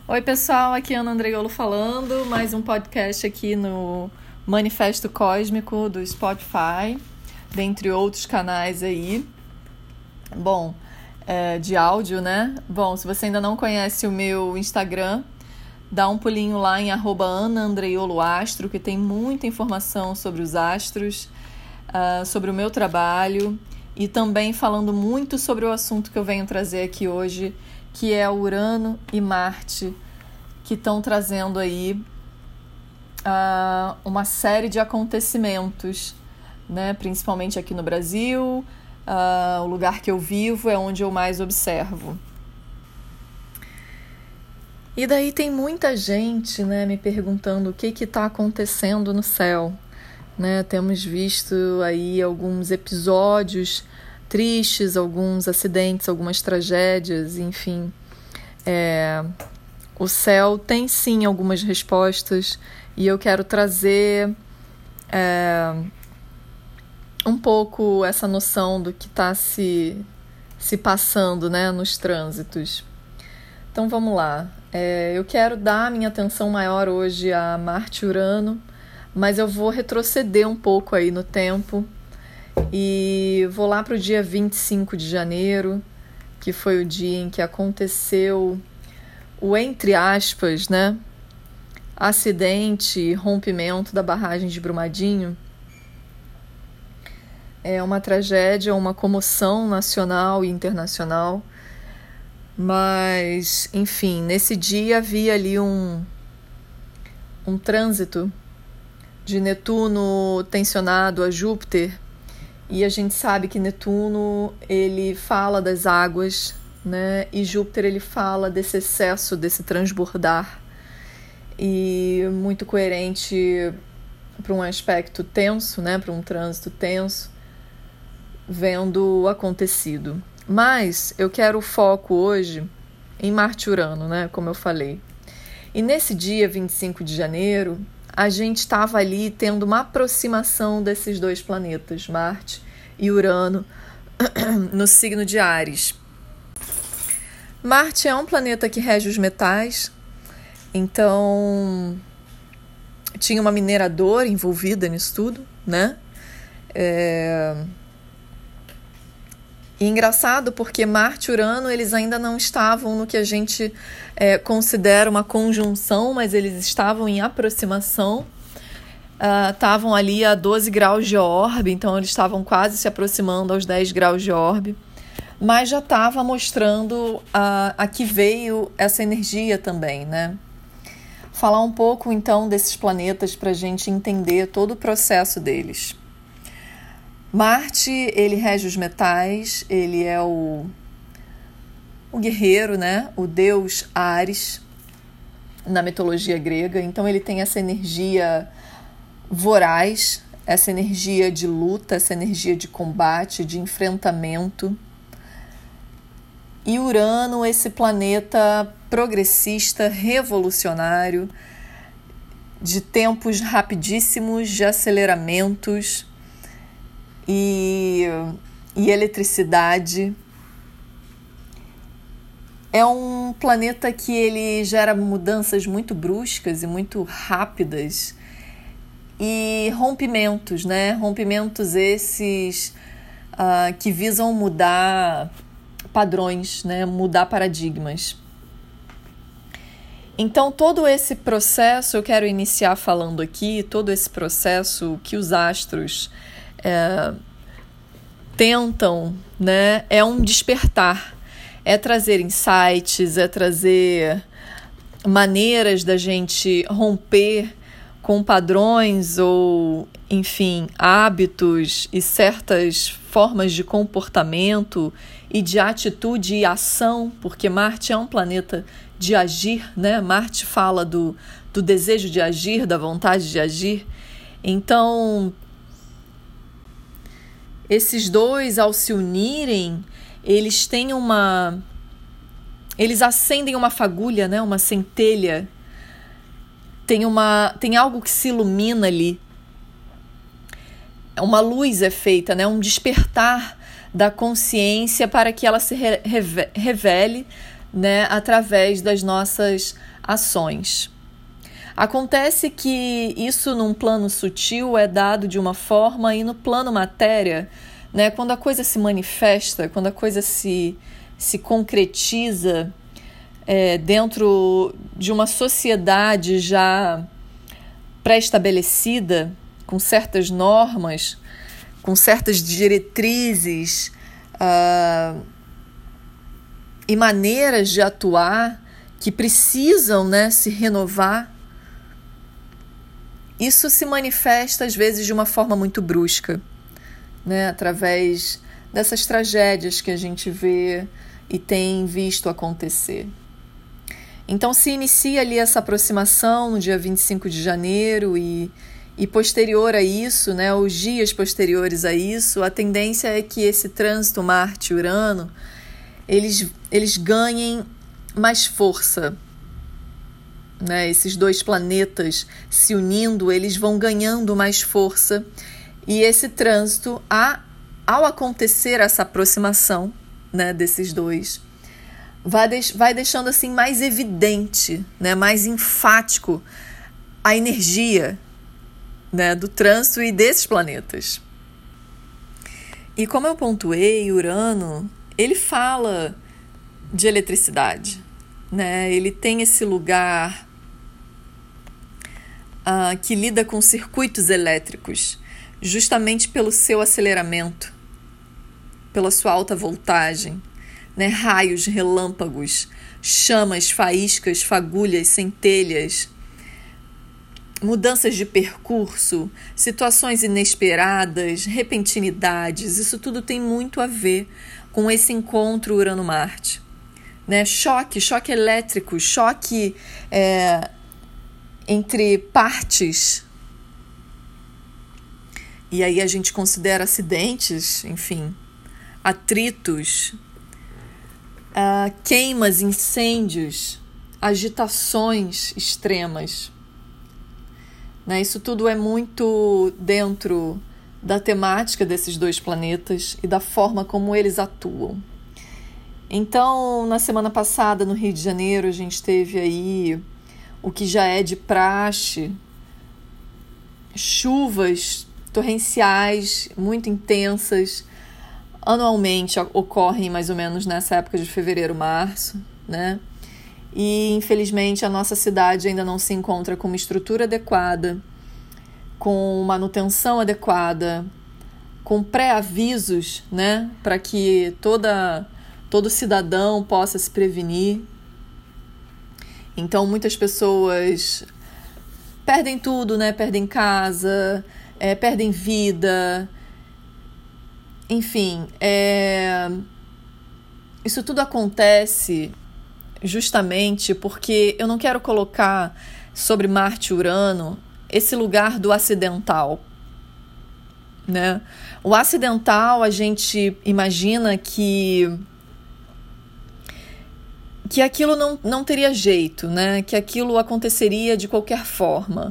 Oi pessoal, aqui é Ana Andreiolo falando, mais um podcast aqui no Manifesto Cósmico do Spotify, dentre outros canais aí, de áudio, né? Bom, se você ainda não conhece o meu Instagram, dá um pulinho lá em @AnaAndreioloAstro, que tem muita informação sobre os astros, sobre o meu trabalho e também falando muito sobre o assunto que eu venho trazer aqui hoje, que é Urano e Marte, que estão trazendo aí uma série de acontecimentos, né? Principalmente aqui no Brasil, o lugar que eu vivo é onde eu mais observo. E daí tem muita gente, né, me perguntando o que está acontecendo no céu, né? Temos visto aí alguns episódios tristes, alguns acidentes, algumas tragédias, enfim. O céu tem sim algumas respostas e eu quero trazer um pouco essa noção do que está se passando, né, nos trânsitos. Então vamos lá. Eu quero dar minha atenção maior hoje a Marte e Urano, mas eu vou retroceder um pouco aí no tempo e vou lá para o dia 25 de janeiro, que foi o dia em que aconteceu o, entre aspas, né, acidente e rompimento da barragem de Brumadinho. É uma tragédia, uma comoção nacional e internacional, mas, enfim, nesse dia havia ali um trânsito de Netuno tensionado a Júpiter, e a gente sabe que Netuno, ele fala das águas, né? E Júpiter, ele fala desse excesso, desse transbordar, e muito coerente para um aspecto tenso, né? Para um trânsito tenso, vendo o acontecido. Mas eu quero o foco hoje em Marte e Urano, né? Como eu falei. E nesse dia 25 de janeiro, a gente estava ali tendo uma aproximação desses dois planetas, Marte e Urano, no signo de Áries. Marte é um planeta que rege os metais, então tinha uma mineradora envolvida nisso tudo, né? E engraçado porque Marte e Urano, eles ainda não estavam no que a gente considera uma conjunção, mas eles estavam em aproximação, estavam ali a 12 graus de orbe, então eles estavam quase se aproximando aos 10 graus de orbe, mas já estava mostrando a que veio essa energia também, né? Falar um pouco então desses planetas para a gente entender todo o processo deles. Marte, ele rege os metais, ele é o guerreiro, né? O deus Ares, na mitologia grega. Então ele tem essa energia voraz, essa energia de luta, essa energia de combate, de enfrentamento. E Urano, esse planeta progressista, revolucionário, de tempos rapidíssimos, de aceleramentos, e eletricidade. É um planeta que ele gera mudanças muito bruscas e muito rápidas e rompimentos, né? Rompimentos esses que visam mudar padrões, né? Mudar paradigmas. Então, todo esse processo, eu quero iniciar falando aqui, todo esse processo que os astros tentam, né? É um despertar, é trazer insights, é trazer maneiras da gente romper com padrões ou, enfim, hábitos e certas formas de comportamento e de atitude e ação, porque Marte é um planeta de agir, né? Marte fala do desejo de agir, da vontade de agir. Então, esses dois, ao se unirem, eles acendem uma fagulha, né? Uma centelha. Tem algo que se ilumina ali. Uma luz é feita, né? Um despertar da consciência para que ela se revele, né, através das nossas ações. Acontece que isso num plano sutil é dado de uma forma, e no plano matéria, né, quando a coisa se manifesta, quando a coisa se concretiza dentro de uma sociedade já pré-estabelecida, com certas normas, com certas diretrizes e maneiras de atuar que precisam, né, se renovar, isso se manifesta às vezes de uma forma muito brusca, né, através dessas tragédias que a gente vê e tem visto acontecer. Então se inicia ali essa aproximação no dia 25 de janeiro e posterior a isso, né, os dias posteriores a isso, a tendência é que esse trânsito Marte-Urano, eles ganhem mais força, né? Esses dois planetas se unindo, eles vão ganhando mais força, e esse trânsito, ao acontecer essa aproximação, né, desses dois, vai deixando assim mais evidente, né, mais enfático a energia, né, do trânsito e desses planetas. E como eu pontuei, Urano, ele fala de eletricidade, né? Ele tem esse lugar que lida com circuitos elétricos, justamente pelo seu aceleramento, pela sua alta voltagem, né? Raios, relâmpagos, chamas, faíscas, fagulhas, centelhas, mudanças de percurso, situações inesperadas, repentinidades, isso tudo tem muito a ver com esse encontro Urano-Marte, né? Choque elétrico, choque entre partes. E aí a gente considera acidentes, enfim, atritos, queimas, incêndios, agitações extremas. Né? Isso tudo é muito dentro da temática desses dois planetas e da forma como eles atuam. Então, na semana passada, no Rio de Janeiro, a gente teve aí o que já é de praxe, chuvas torrenciais muito intensas. Anualmente ocorrem mais ou menos nessa época de fevereiro, março, né? E, infelizmente, a nossa cidade ainda não se encontra com uma estrutura adequada, com manutenção adequada, com pré-avisos, né, para que todo cidadão possa se prevenir. Então, muitas pessoas perdem tudo, né? Perdem casa, perdem vida. Enfim, isso tudo acontece justamente porque eu não quero colocar sobre Marte e Urano esse lugar do acidental, né? O acidental, a gente imagina que aquilo não teria jeito, né? Que aquilo aconteceria de qualquer forma.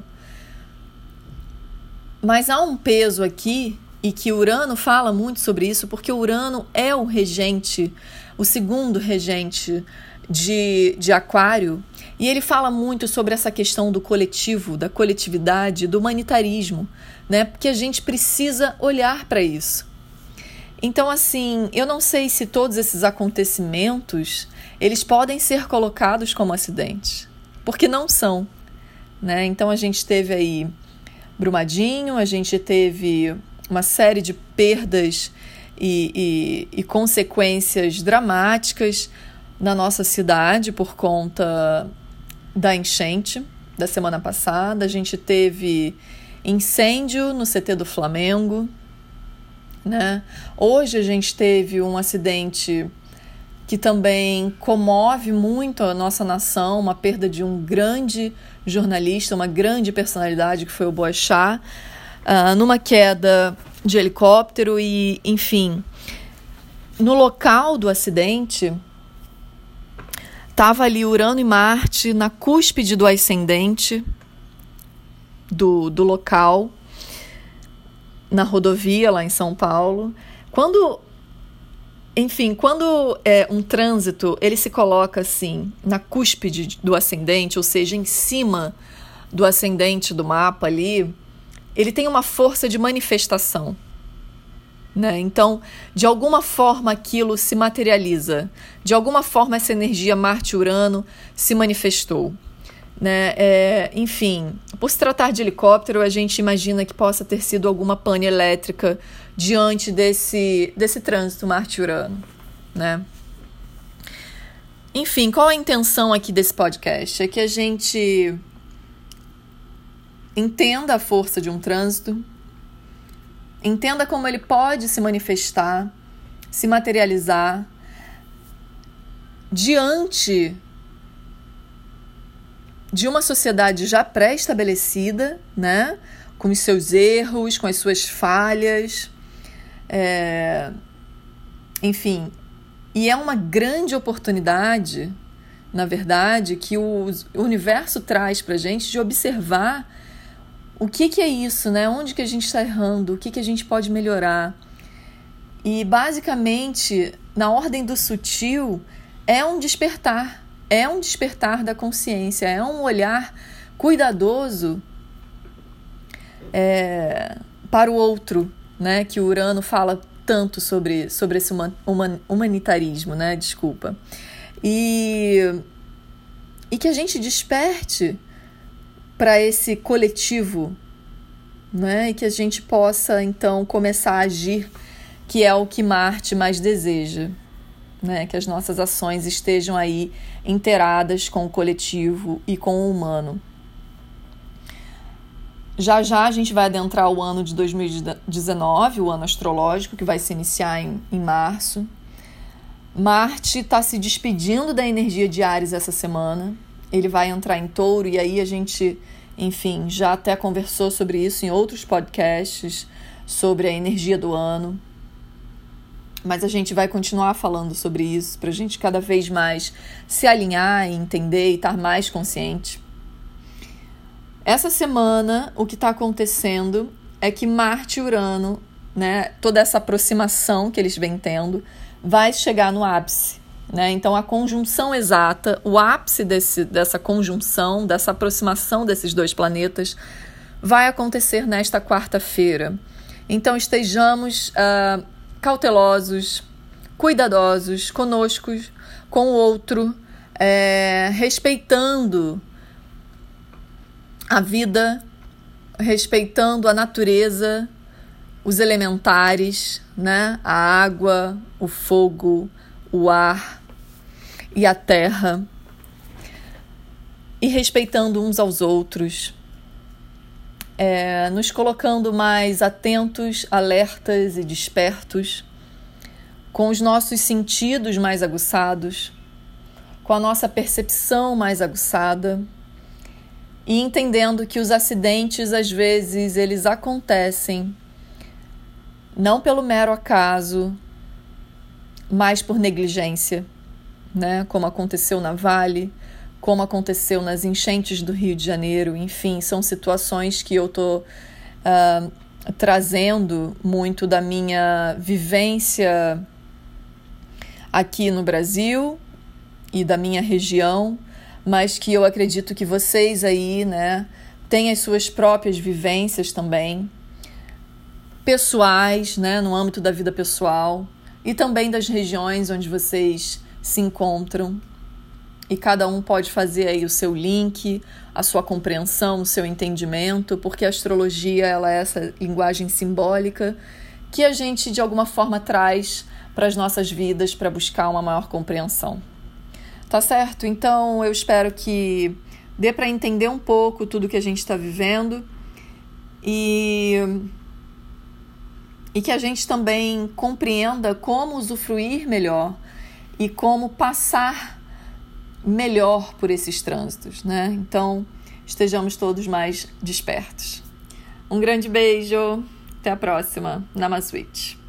Mas há um peso aqui, e que Urano fala muito sobre isso, porque Urano é o regente, o segundo regente de Aquário, e ele fala muito sobre essa questão do coletivo, da coletividade, do humanitarismo, né? Porque a gente precisa olhar para isso. Então, assim, eu não sei se todos esses acontecimentos eles podem ser colocados como acidentes, porque não são, né? Então, a gente teve aí Brumadinho, a gente teve uma série de perdas e consequências dramáticas na nossa cidade por conta da enchente da semana passada. A gente teve incêndio no CT do Flamengo, né? Hoje a gente teve um acidente que também comove muito a nossa nação, uma perda de um grande jornalista, uma grande personalidade que foi o Boechat, numa queda de helicóptero e, enfim, no local do acidente estava ali Urano e Marte na cúspide do ascendente do local, na rodovia lá em São Paulo. Quando Enfim, quando um trânsito ele se coloca assim na cúspide do ascendente, ou seja, em cima do ascendente do mapa ali, ele tem uma força de manifestação, né? Então, de alguma forma aquilo se materializa, de alguma forma essa energia Marte-Urano se manifestou, né? Enfim, por se tratar de helicóptero, a gente imagina que possa ter sido alguma pane elétrica diante desse trânsito Marte-Urano, né? Enfim, qual a intenção aqui desse podcast? É que a gente entenda a força de um trânsito, entenda como ele pode se manifestar, se materializar diante de uma sociedade já pré-estabelecida, né? Com os seus erros, com as suas falhas, enfim. E é uma grande oportunidade, na verdade, que o universo traz para a gente de observar o que é isso, né? Onde que a gente está errando, o que a gente pode melhorar. E, basicamente, na ordem do sutil, é um despertar da consciência, é um olhar cuidadoso para o outro, né? Que o Urano fala tanto sobre esse humanitarismo, né? Desculpa. E que a gente desperte para esse coletivo, né? E que a gente possa, então, começar a agir, que é o que Marte mais deseja, né? Que as nossas ações estejam aí inteiradas com o coletivo e com o humano. Já a gente vai adentrar o ano de 2019, o ano astrológico, que vai se iniciar em março. Marte está se despedindo da energia de Áries essa semana. Ele vai entrar em Touro e aí a gente, enfim, já até conversou sobre isso em outros podcasts, sobre a energia do ano. Mas a gente vai continuar falando sobre isso para a gente cada vez mais se alinhar e entender e estar mais consciente. Essa semana, o que está acontecendo é que Marte e Urano, né, toda essa aproximação que eles vêm tendo, vai chegar no ápice, né? Então, a conjunção exata, o ápice dessa conjunção, dessa aproximação desses dois planetas, vai acontecer nesta quarta-feira. Então, estejamos cautelosos, cuidadosos conosco, com o outro, respeitando a vida, respeitando a natureza, os elementares, né? A água, o fogo, o ar e a terra, e respeitando uns aos outros, nos colocando mais atentos, alertas e despertos, com os nossos sentidos mais aguçados, com a nossa percepção mais aguçada, e entendendo que os acidentes, às vezes, eles acontecem não pelo mero acaso, mas por negligência, né? Como aconteceu na Vale, como aconteceu nas enchentes do Rio de Janeiro. Enfim, são situações que eu estou trazendo muito da minha vivência aqui no Brasil e da minha região, mas que eu acredito que vocês aí, né, têm as suas próprias vivências também, pessoais, né, no âmbito da vida pessoal, e também das regiões onde vocês se encontram. E cada um pode fazer aí o seu link, a sua compreensão, o seu entendimento, porque a astrologia ela é essa linguagem simbólica que a gente, de alguma forma, traz para as nossas vidas para buscar uma maior compreensão. Tá certo? Então, eu espero que dê para entender um pouco tudo que a gente está vivendo e que a gente também compreenda como usufruir melhor e como passar melhor por esses trânsitos, né? Então, estejamos todos mais despertos. Um grande beijo, até a próxima. Namaswitch.